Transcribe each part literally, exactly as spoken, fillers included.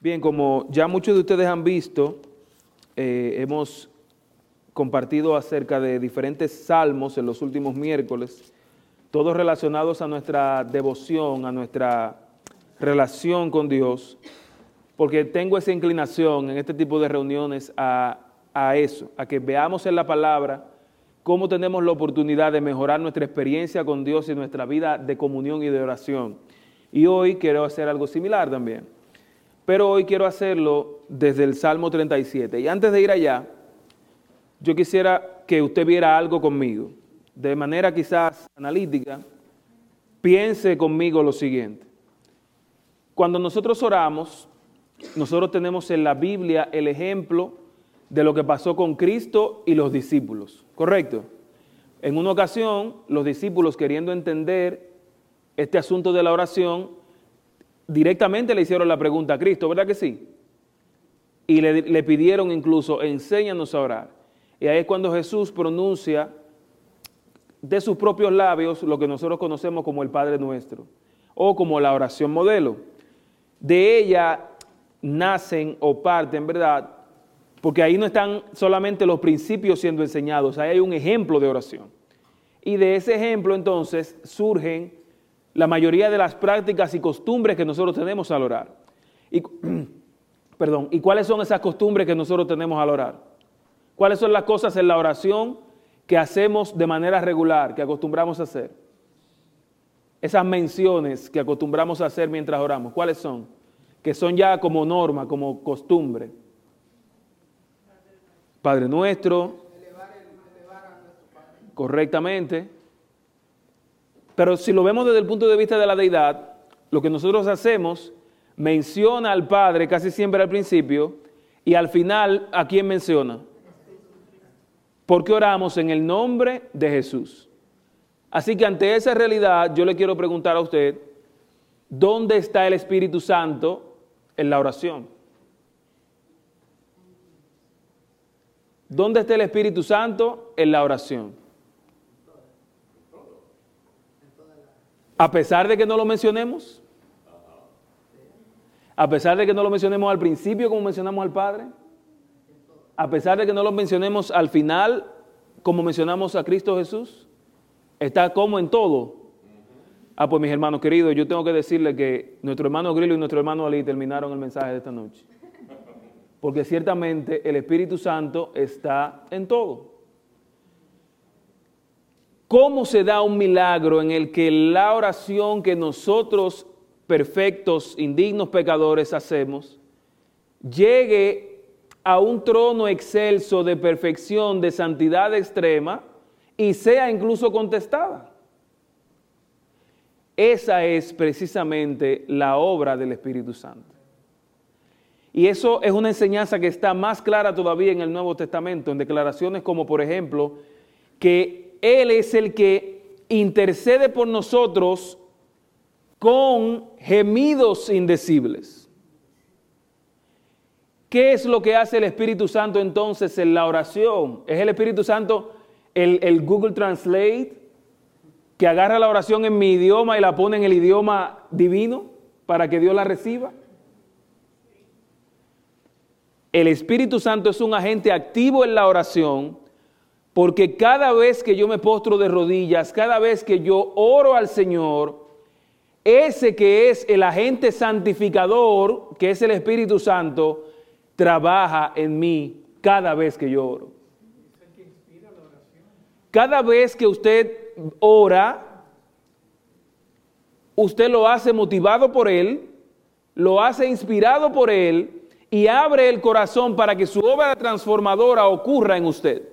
Bien, como ya muchos de ustedes han visto, eh, hemos compartido acerca de diferentes salmos en los últimos miércoles, todos relacionados a nuestra devoción, a nuestra relación con Dios, porque tengo esa inclinación en este tipo de reuniones a, a eso, a que veamos en la palabra cómo tenemos la oportunidad de mejorar nuestra experiencia con Dios y nuestra vida de comunión y de oración. Y hoy quiero hacer algo similar también. Pero hoy quiero hacerlo desde el Salmo treinta y siete. Y antes de ir allá, yo quisiera que usted viera algo conmigo. De manera quizás analítica, piense conmigo lo siguiente. Cuando nosotros oramos, nosotros tenemos en la Biblia el ejemplo de lo que pasó con Cristo y los discípulos, ¿correcto? En una ocasión, los discípulos, queriendo entender este asunto de la oración, directamente le hicieron la pregunta a Cristo, ¿verdad que sí? Y le, le pidieron incluso, enséñanos a orar. Y ahí es cuando Jesús pronuncia de sus propios labios lo que nosotros conocemos como el Padre Nuestro, o como la oración modelo. De ella nacen o parten, ¿verdad? Porque ahí no están solamente los principios siendo enseñados, ahí hay un ejemplo de oración. Y de ese ejemplo entonces surgen la mayoría de las prácticas y costumbres que nosotros tenemos al orar. Y, perdón, ¿y cuáles son esas costumbres que nosotros tenemos al orar? ¿Cuáles son las cosas en la oración que hacemos de manera regular, que acostumbramos a hacer? Esas menciones que acostumbramos a hacer mientras oramos, ¿cuáles son? Que son ya como norma, como costumbre. Padre Nuestro, correctamente. Pero si lo vemos desde el punto de vista de la deidad, lo que nosotros hacemos, menciona al Padre casi siempre al principio, y al final, ¿a quién menciona? Porque oramos en el nombre de Jesús. Así que ante esa realidad, yo le quiero preguntar a usted, ¿dónde está el Espíritu Santo en la oración? ¿Dónde está el Espíritu Santo en la oración? A pesar de que no lo mencionemos, a pesar de que no lo mencionemos al principio como mencionamos al Padre, a pesar de que no lo mencionemos al final como mencionamos a Cristo Jesús, está como en todo. Ah, pues mis hermanos queridos, yo tengo que decirle que nuestro hermano Grillo y nuestro hermano Ali terminaron el mensaje de esta noche. Porque ciertamente el Espíritu Santo está en todo. ¿Cómo se da un milagro en el que la oración que nosotros, perfectos, indignos pecadores, hacemos, llegue a un trono excelso de perfección, de santidad extrema, y sea incluso contestada? Esa es precisamente la obra del Espíritu Santo. Y eso es una enseñanza que está más clara todavía en el Nuevo Testamento, en declaraciones como, por ejemplo, que Él es el que intercede por nosotros con gemidos indecibles. ¿Qué es lo que hace el Espíritu Santo entonces en la oración? ¿Es el Espíritu Santo el, el Google Translate que agarra la oración en mi idioma y la pone en el idioma divino para que Dios la reciba? El Espíritu Santo es un agente activo en la oración, porque cada vez que yo me postro de rodillas, cada vez que yo oro al Señor, ese que es el agente santificador, que es el Espíritu Santo, trabaja en mí cada vez que yo oro. Cada vez que usted ora, usted lo hace motivado por Él, lo hace inspirado por Él, y abre el corazón para que su obra transformadora ocurra en usted.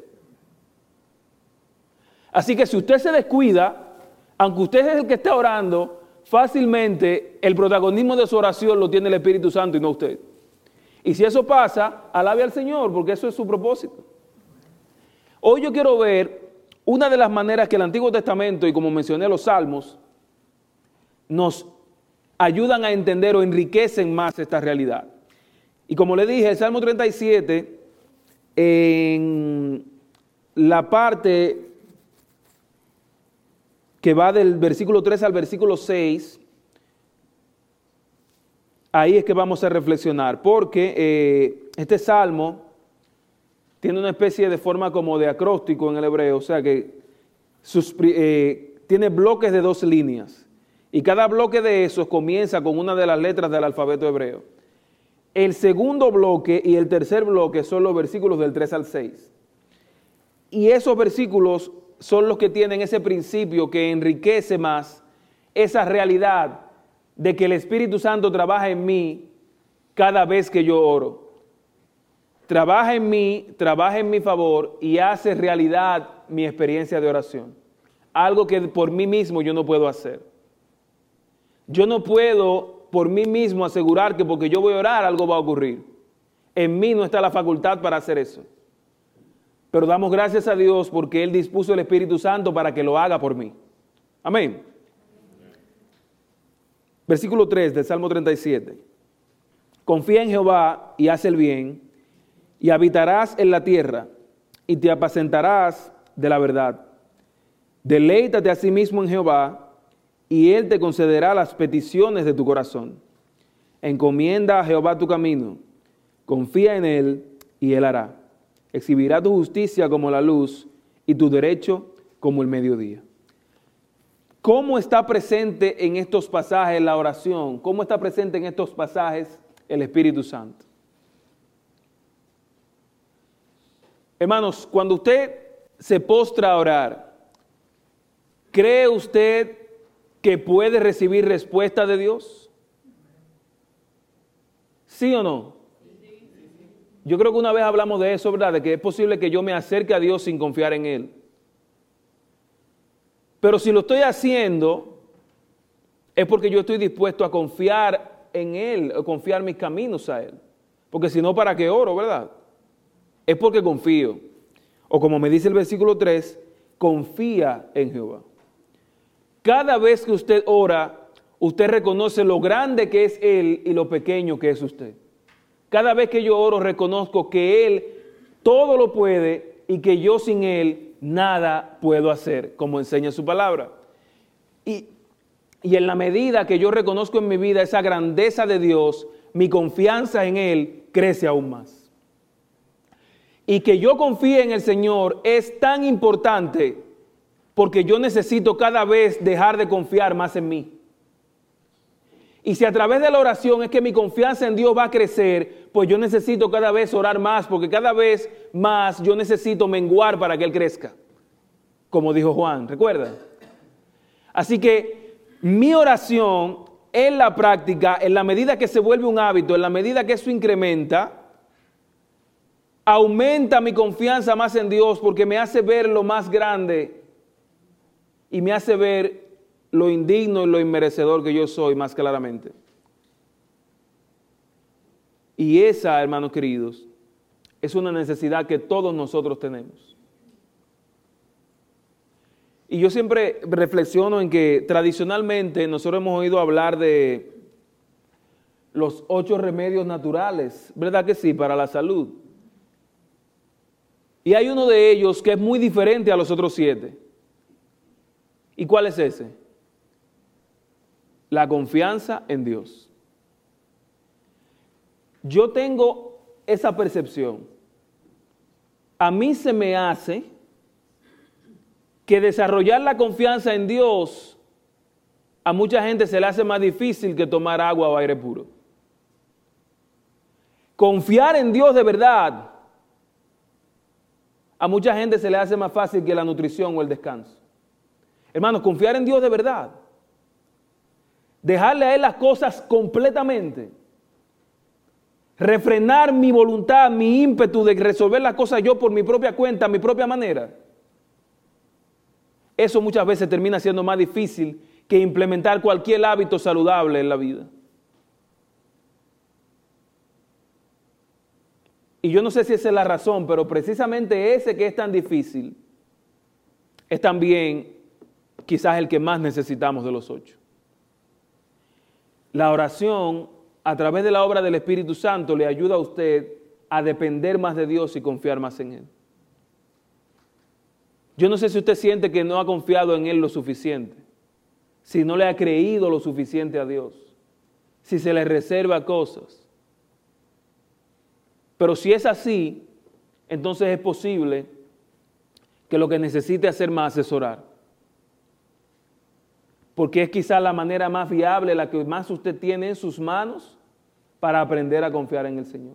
Así que si usted se descuida, aunque usted es el que está orando, fácilmente el protagonismo de su oración lo tiene el Espíritu Santo y no usted. Y si eso pasa, alabe al Señor, porque eso es su propósito. Hoy yo quiero ver una de las maneras que el Antiguo Testamento, y como mencioné los Salmos, nos ayudan a entender o enriquecen más esta realidad. Y como le dije, el Salmo treinta y siete, en la parte que va del versículo tres al versículo seis, ahí es que vamos a reflexionar, porque eh, este salmo tiene una especie de forma como de acróstico en el hebreo, o sea que sus, eh, tiene bloques de dos líneas, y cada bloque de esos comienza con una de las letras del alfabeto hebreo. El segundo bloque y el tercer bloque son los versículos del tres al seis. Y esos versículos son los que tienen ese principio que enriquece más esa realidad de que el Espíritu Santo trabaja en mí cada vez que yo oro. Trabaja en mí, trabaja en mi favor y hace realidad mi experiencia de oración. Algo que por mí mismo yo no puedo hacer. Yo no puedo por mí mismo asegurar que porque yo voy a orar algo va a ocurrir. En mí no está la facultad para hacer eso. Pero damos gracias a Dios porque Él dispuso el Espíritu Santo para que lo haga por mí. Amén. Versículo tres del Salmo treinta y siete. Confía en Jehová y haz el bien, y habitarás en la tierra, y te apacentarás de la verdad. Deleítate a sí mismo en Jehová, y Él te concederá las peticiones de tu corazón. Encomienda a Jehová tu camino, confía en Él, y Él hará. Exhibirá tu justicia como la luz, y tu derecho como el mediodía. ¿Cómo está presente en estos pasajes la oración? ¿Cómo está presente en estos pasajes el Espíritu Santo? Hermanos, cuando usted se postra a orar, ¿cree usted que puede recibir respuesta de Dios? ¿Sí o no? Yo creo que una vez hablamos de eso, ¿verdad? De que es posible que yo me acerque a Dios sin confiar en Él. Pero si lo estoy haciendo, es porque yo estoy dispuesto a confiar en Él, a confiar mis caminos a Él. Porque si no, ¿para qué oro, verdad? Es porque confío. O como me dice el versículo tres, confía en Jehová. Cada vez que usted ora, usted reconoce lo grande que es Él y lo pequeño que es usted. Cada vez que yo oro, reconozco que Él todo lo puede y que yo sin Él nada puedo hacer, como enseña su palabra. Y, y en la medida que yo reconozco en mi vida esa grandeza de Dios, mi confianza en Él crece aún más. Y que yo confíe en el Señor es tan importante porque yo necesito cada vez dejar de confiar más en mí. Y si a través de la oración es que mi confianza en Dios va a crecer, pues yo necesito cada vez orar más, porque cada vez más yo necesito menguar para que Él crezca, como dijo Juan, ¿recuerdan? Así que mi oración en la práctica, en la medida que se vuelve un hábito, en la medida que eso incrementa, aumenta mi confianza más en Dios porque me hace ver lo más grande y me hace ver lo indigno y lo inmerecedor que yo soy más claramente. Y esa, hermanos queridos, es una necesidad que todos nosotros tenemos. Y yo siempre reflexiono en que tradicionalmente nosotros hemos oído hablar de los ocho remedios naturales, ¿verdad que sí? Para la salud. Y hay uno de ellos que es muy diferente a los otros siete. ¿Y cuál es ese? La confianza en Dios. Yo tengo esa percepción. A mí se me hace que desarrollar la confianza en Dios a mucha gente se le hace más difícil que tomar agua o aire puro. Confiar en Dios de verdad a mucha gente se le hace más fácil que la nutrición o el descanso. Hermanos, confiar en Dios de verdad. Dejarle a Él las cosas completamente. Refrenar mi voluntad, mi ímpetu de resolver las cosas yo por mi propia cuenta, a mi propia manera. Eso muchas veces termina siendo más difícil que implementar cualquier hábito saludable en la vida. Y yo no sé si esa es la razón, pero precisamente ese que es tan difícil es también quizás el que más necesitamos de los ocho. La oración, a través de la obra del Espíritu Santo, le ayuda a usted a depender más de Dios y confiar más en Él. Yo no sé si usted siente que no ha confiado en Él lo suficiente, si no le ha creído lo suficiente a Dios. si se le reserva cosas. Pero si es así, entonces es posible que lo que necesite hacer más es orar. Porque es quizás la manera más viable, la que más usted tiene en sus manos para aprender a confiar en el Señor.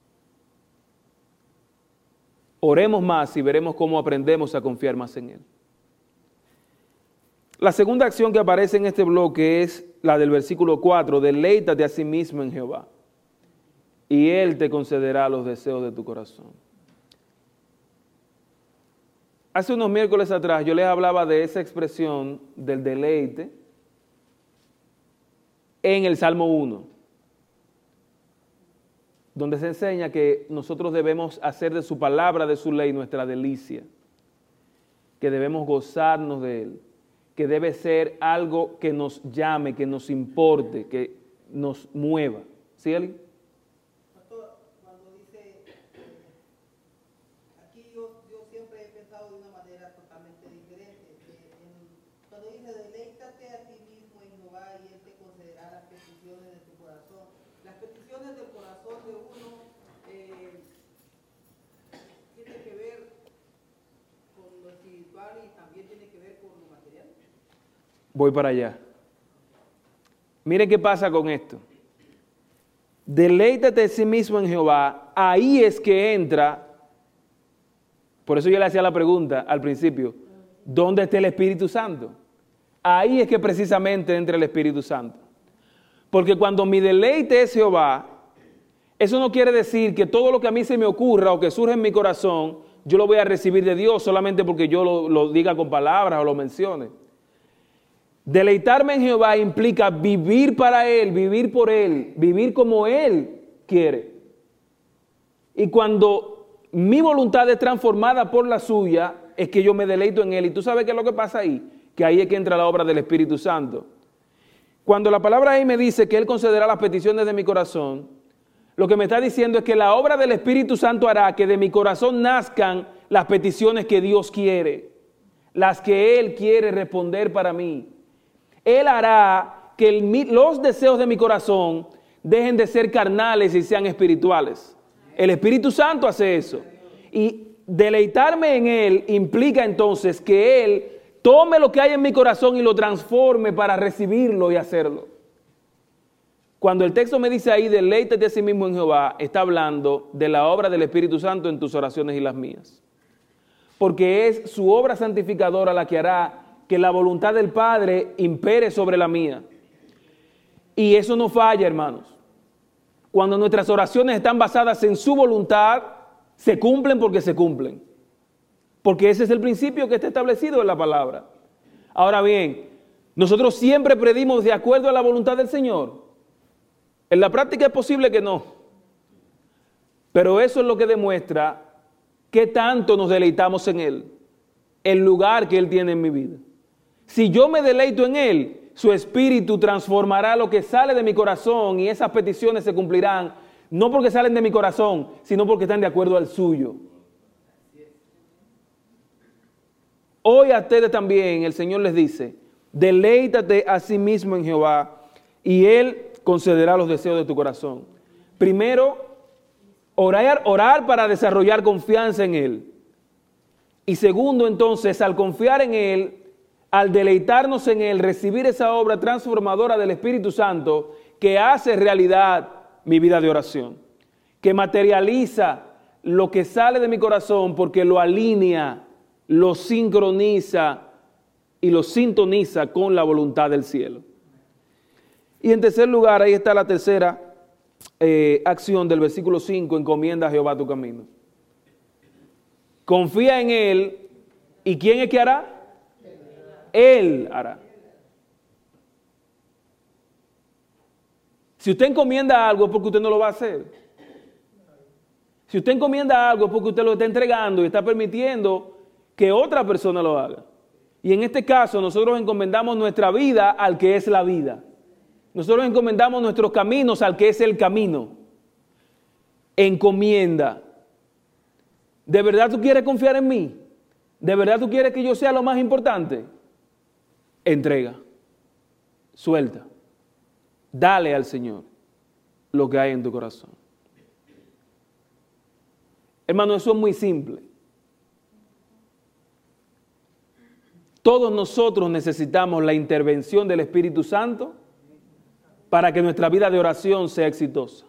Oremos más y veremos cómo aprendemos a confiar más en Él. La segunda acción que aparece en este bloque es la del versículo cuatro, deleítate a sí mismo en Jehová, y Él te concederá los deseos de tu corazón. Hace unos miércoles atrás yo les hablaba de esa expresión del deleite en el Salmo uno, donde se enseña que nosotros debemos hacer de su palabra, de su ley, nuestra delicia, que debemos gozarnos de Él, que debe ser algo que nos llame, que nos importe, que nos mueva. ¿Sí, Eli? Pastor, cuando dice, aquí yo, yo siempre he pensado de una manera totalmente diferente. Eh, en, cuando dice, deleítate a ti mismo en Jehová y Él te concederá las peticiones de tu corazón. Las peticiones del corazón de uno eh, tienen que ver con lo espiritual y también tiene que ver con lo material. Voy para allá. Mire qué pasa con esto. Deleítate a sí mismo en Jehová. Ahí es que entra, por eso yo le hacía la pregunta al principio, ¿dónde está el Espíritu Santo? Ahí es que precisamente entra el Espíritu Santo. Porque cuando mi deleite es Jehová, eso no quiere decir que todo lo que a mí se me ocurra o que surge en mi corazón, yo lo voy a recibir de Dios solamente porque yo lo, lo diga con palabras o lo mencione. Deleitarme en Jehová implica vivir para Él, vivir por Él, vivir como Él quiere. Y cuando mi voluntad es transformada por la suya, es que yo me deleito en Él. Y tú sabes qué es lo que pasa ahí, que ahí es que entra la obra del Espíritu Santo. Cuando la palabra ahí me dice que Él concederá las peticiones de mi corazón, lo que me está diciendo es que la obra del Espíritu Santo hará que de mi corazón nazcan las peticiones que Dios quiere, las que Él quiere responder para mí. Él hará que el, los deseos de mi corazón dejen de ser carnales y sean espirituales. El Espíritu Santo hace eso. Y deleitarme en Él implica entonces que Él tome lo que hay en mi corazón y lo transforme para recibirlo y hacerlo. Cuando el texto me dice ahí, deleítate a sí mismo en Jehová, está hablando de la obra del Espíritu Santo en tus oraciones y las mías. Porque es su obra santificadora la que hará que la voluntad del Padre impere sobre la mía. Y eso no falla, hermanos. Cuando nuestras oraciones están basadas en su voluntad, se cumplen porque se cumplen. Porque ese es el principio que está establecido en la palabra. Ahora bien, nosotros siempre predimos de acuerdo a la voluntad del Señor. En la práctica es posible que no. Pero eso es lo que demuestra qué tanto nos deleitamos en Él, el lugar que Él tiene en mi vida. Si yo me deleito en Él, su Espíritu transformará lo que sale de mi corazón y esas peticiones se cumplirán, no porque salen de mi corazón, sino porque están de acuerdo al suyo. Hoy a ustedes también el Señor les dice, deleítate a sí mismo en Jehová y Él concederá los deseos de tu corazón. Primero, orar, orar para desarrollar confianza en Él. Y segundo, entonces, al confiar en Él, al deleitarnos en Él, recibir esa obra transformadora del Espíritu Santo que hace realidad mi vida de oración, que materializa lo que sale de mi corazón porque lo alinea, lo sincroniza y lo sintoniza con la voluntad del cielo. Y en tercer lugar, ahí está la tercera eh, acción del versículo cinco, encomienda a Jehová tu camino. Confía en Él, ¿y quién es que hará? Él hará. Si usted encomienda algo es porque usted no lo va a hacer. Si usted encomienda algo es porque usted lo está entregando y está permitiendo que otra persona lo haga. Y en este caso nosotros encomendamos nuestra vida al que es la vida. Nosotros encomendamos nuestros caminos al que es el camino. Encomienda. ¿De verdad tú quieres confiar en mí? ¿De verdad tú quieres que yo sea lo más importante? Entrega. Suelta. Dale al Señor lo que hay en tu corazón. Hermano, eso es muy simple. Todos nosotros necesitamos la intervención del Espíritu Santo para que nuestra vida de oración sea exitosa.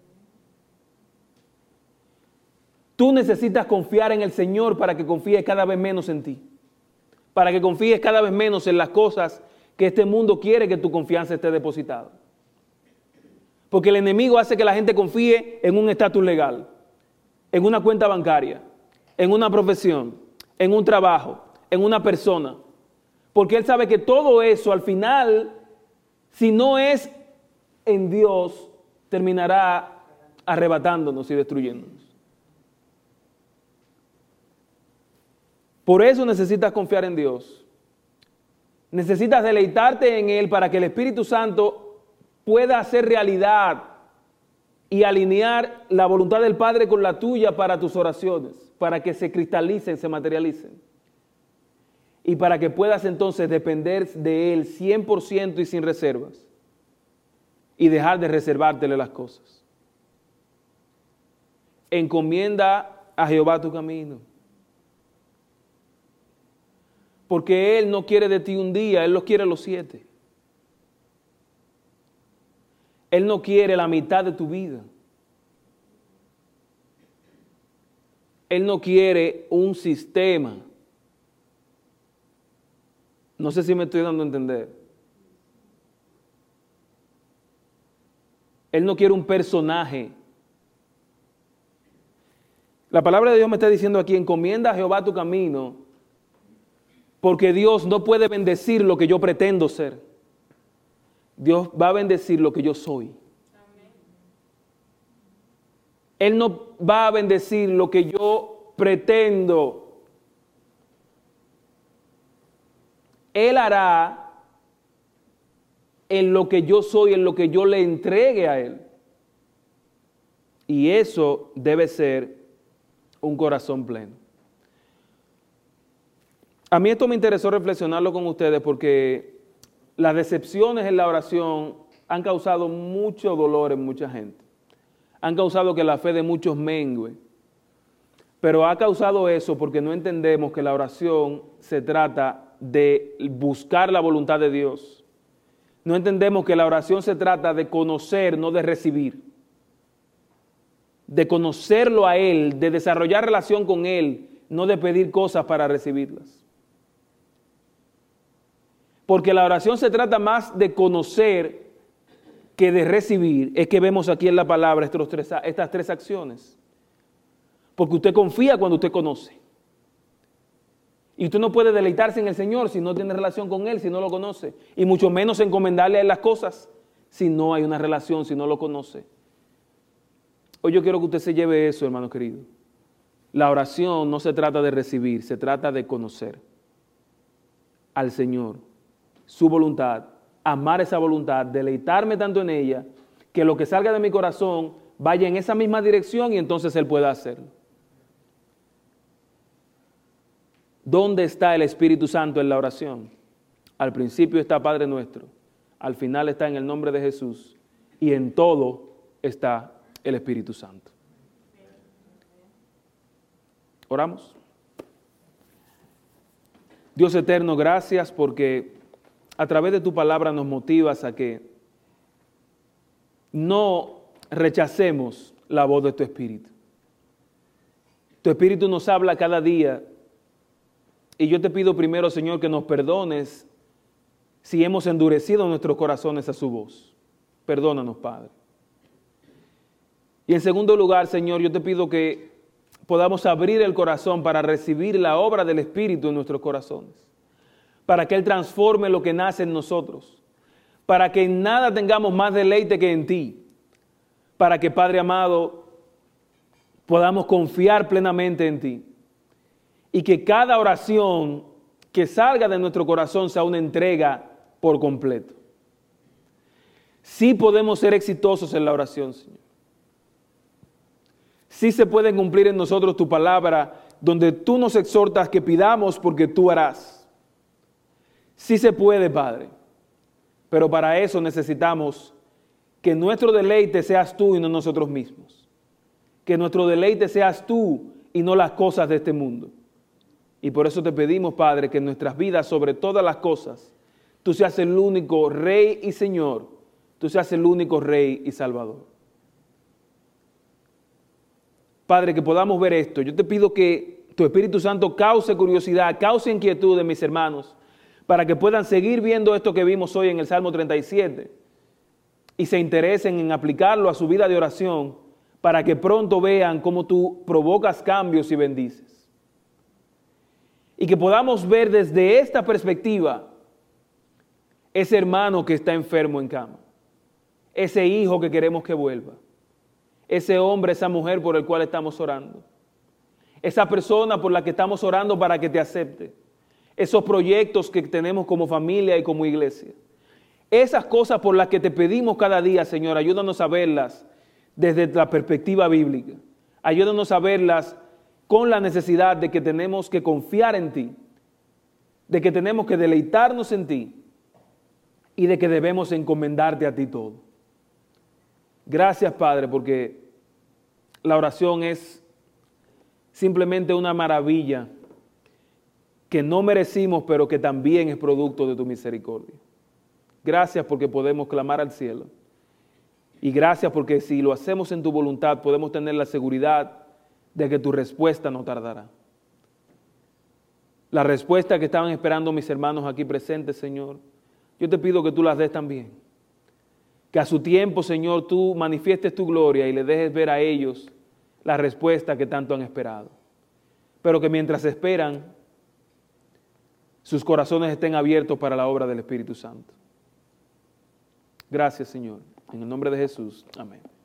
Tú necesitas confiar en el Señor para que confíes cada vez menos en ti, para que confíes cada vez menos en las cosas que este mundo quiere que tu confianza esté depositada. Porque el enemigo hace que la gente confíe en un estatus legal, en una cuenta bancaria, en una profesión, en un trabajo, en una persona. Porque él sabe que todo eso al final, si no es en Dios, terminará arrebatándonos y destruyéndonos. Por eso necesitas confiar en Dios. Necesitas deleitarte en Él para que el Espíritu Santo pueda hacer realidad y alinear la voluntad del Padre con la tuya para tus oraciones, para que se cristalicen, se materialicen. Y para que puedas entonces depender de Él cien por ciento y sin reservas. Y dejar de reservártele las cosas. Encomienda a Jehová tu camino. Porque Él no quiere de ti un día, Él los quiere los siete. Él no quiere la mitad de tu vida. Él no quiere un sistema. No sé si me estoy dando a entender. Él no quiere un personaje. La palabra de Dios me está diciendo aquí, encomienda a Jehová tu camino, porque Dios no puede bendecir lo que yo pretendo ser. Dios va a bendecir lo que yo soy. Amén. Él no va a bendecir lo que yo pretendo. Él hará en lo que yo soy, en lo que yo le entregue a Él. Y eso debe ser un corazón pleno. A mí esto me interesó reflexionarlo con ustedes porque las decepciones en la oración han causado mucho dolor en mucha gente. Han causado que la fe de muchos mengue. Pero ha causado eso porque no entendemos que la oración se trata de buscar la voluntad de Dios. No entendemos que la oración se trata de conocer, no de recibir. De conocerlo a Él, de desarrollar relación con Él, no de pedir cosas para recibirlas. Porque la oración se trata más de conocer que de recibir. Es que vemos aquí en la palabra estos tres, estas tres acciones. Porque usted confía cuando usted conoce. Y usted no puede deleitarse en el Señor si no tiene relación con Él, si no lo conoce. Y mucho menos encomendarle a Él las cosas si no hay una relación, si no lo conoce. Hoy yo quiero que usted se lleve eso, hermano querido. La oración no se trata de recibir, se trata de conocer al Señor, su voluntad, amar esa voluntad, deleitarme tanto en ella, que lo que salga de mi corazón vaya en esa misma dirección y entonces Él pueda hacerlo. ¿Dónde está el Espíritu Santo en la oración? Al principio está Padre nuestro, al final está en el nombre de Jesús y en todo está el Espíritu Santo. Oramos. Dios eterno, gracias porque a través de tu palabra nos motivas a que no rechacemos la voz de tu Espíritu. Tu Espíritu nos habla cada día y yo te pido primero, Señor, que nos perdones si hemos endurecido nuestros corazones a su voz. Perdónanos, Padre. Y en segundo lugar, Señor, yo te pido que podamos abrir el corazón para recibir la obra del Espíritu en nuestros corazones, para que Él transforme lo que nace en nosotros, para que en nada tengamos más deleite que en ti, para que, Padre amado, podamos confiar plenamente en ti y que cada oración que salga de nuestro corazón sea una entrega por completo. Sí podemos ser exitosos en la oración, Señor. Sí se puede cumplir en nosotros tu palabra, donde tú nos exhortas que pidamos porque tú harás. Sí se puede, Padre, pero para eso necesitamos que nuestro deleite seas tú y no nosotros mismos. Que nuestro deleite seas tú y no las cosas de este mundo. Y por eso te pedimos, Padre, que en nuestras vidas, sobre todas las cosas, tú seas el único Rey y Señor. Tú seas el único Rey y Salvador. Padre, que podamos ver esto. Yo te pido que tu Espíritu Santo cause curiosidad, cause inquietud en mis hermanos, para que puedan seguir viendo esto que vimos hoy en el Salmo treinta y siete y se interesen en aplicarlo a su vida de oración, para que pronto vean cómo tú provocas cambios y bendices. Y que podamos ver desde esta perspectiva ese hermano que está enfermo en cama, ese hijo que queremos que vuelva, ese hombre, esa mujer por el cual estamos orando, esa persona por la que estamos orando para que te acepte, esos proyectos que tenemos como familia y como iglesia, esas cosas por las que te pedimos cada día, Señor, ayúdanos a verlas desde la perspectiva bíblica, ayúdanos a verlas con la necesidad de que tenemos que confiar en ti, de que tenemos que deleitarnos en ti y de que debemos encomendarte a ti todo. Gracias, Padre, porque la oración es simplemente una maravilla que no merecimos, pero que también es producto de tu misericordia. Gracias porque podemos clamar al cielo. Y gracias porque si lo hacemos en tu voluntad, podemos tener la seguridad de que tu respuesta no tardará. La respuesta que estaban esperando mis hermanos aquí presentes, Señor, yo te pido que tú las des también. Que a su tiempo, Señor, tú manifiestes tu gloria y le dejes ver a ellos la respuesta que tanto han esperado. Pero que mientras esperan, sus corazones estén abiertos para la obra del Espíritu Santo. Gracias, Señor. En el nombre de Jesús. Amén.